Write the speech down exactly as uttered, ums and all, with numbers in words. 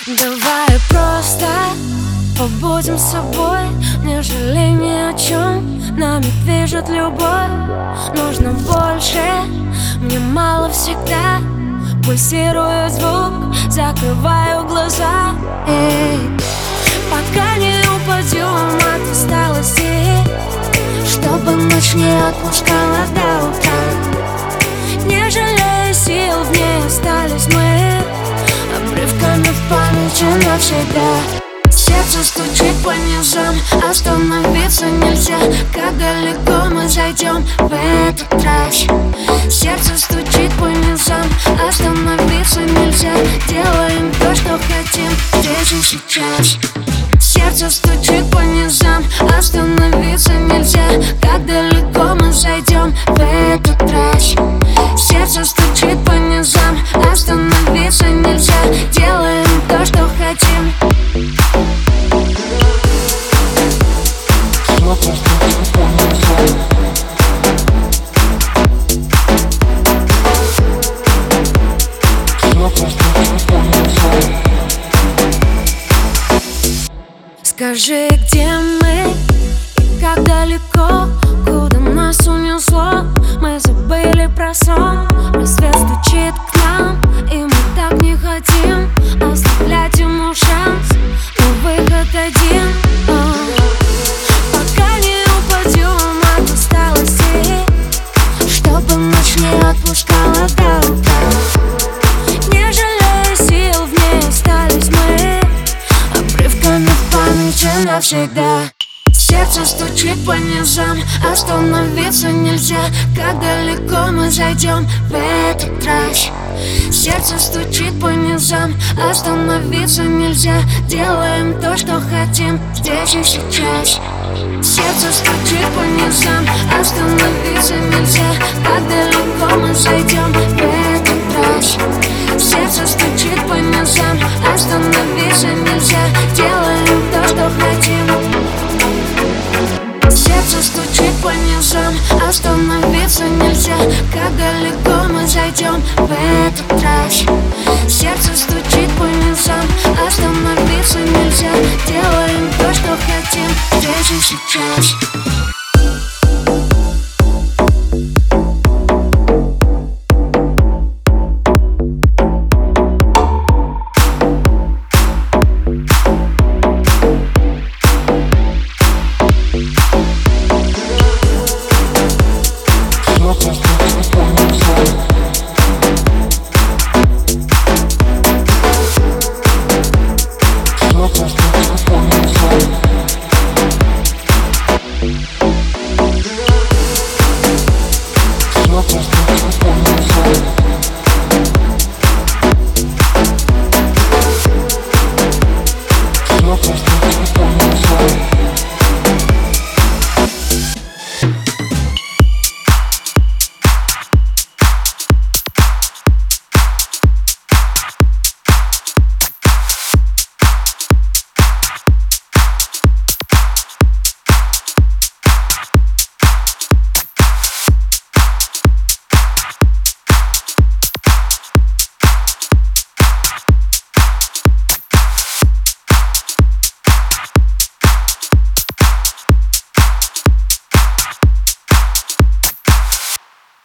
Давай просто побудем собой, не жалей ни о чем, нами движет любовь. Нужно больше, мне мало всегда. Пульсирует звук, закрываю глаза. Эй, пока не упадем от усталости, чтобы ночь не отпускала до утра. Не жалея сил, в ней остались мы, обрывками в памяти навсегда. Сердце стучит по низам, остановиться нельзя. Как далеко мы зайдем в этот раз? Сердце стучит по низам, остановиться нельзя. Делаем то, что хотим здесь и сейчас. Сердце стучит по низам, остановиться нельзя. Как далеко мы зайдем в этот раз? Сердце стучит по низам, остановиться нельзя. Делаем то, что хотим. Скажи, где мы и как далеко, куда нас унесло? Мы забыли про сон, рассвет стучит к нам, и мы так не хотим оставлять ему шанс, но выход один. О, пока не упадем от усталости, чтобы ночь не отпускала до утра. Не жалея сил, в ней остались мы, обрывками в памяти навсегда. Сердце стучит по низам, остановиться нельзя. Как далеко мы зайдем в этот раз? Сердце стучит по низам, остановиться нельзя. Делаем то, что хотим здесь и сейчас. Сердце стучит по низам, остановиться нельзя. Как далеко мы зайдем в этот раз? Сердце стучит по низам, остановиться нельзя. Делаем то, что хотим. Сердце стучит по низам, остановиться нельзя. Как далеко мы зайдем в этот раз? Сердце стучит по низам, остановиться нельзя. Делаем то, что хотим здесь и сейчас.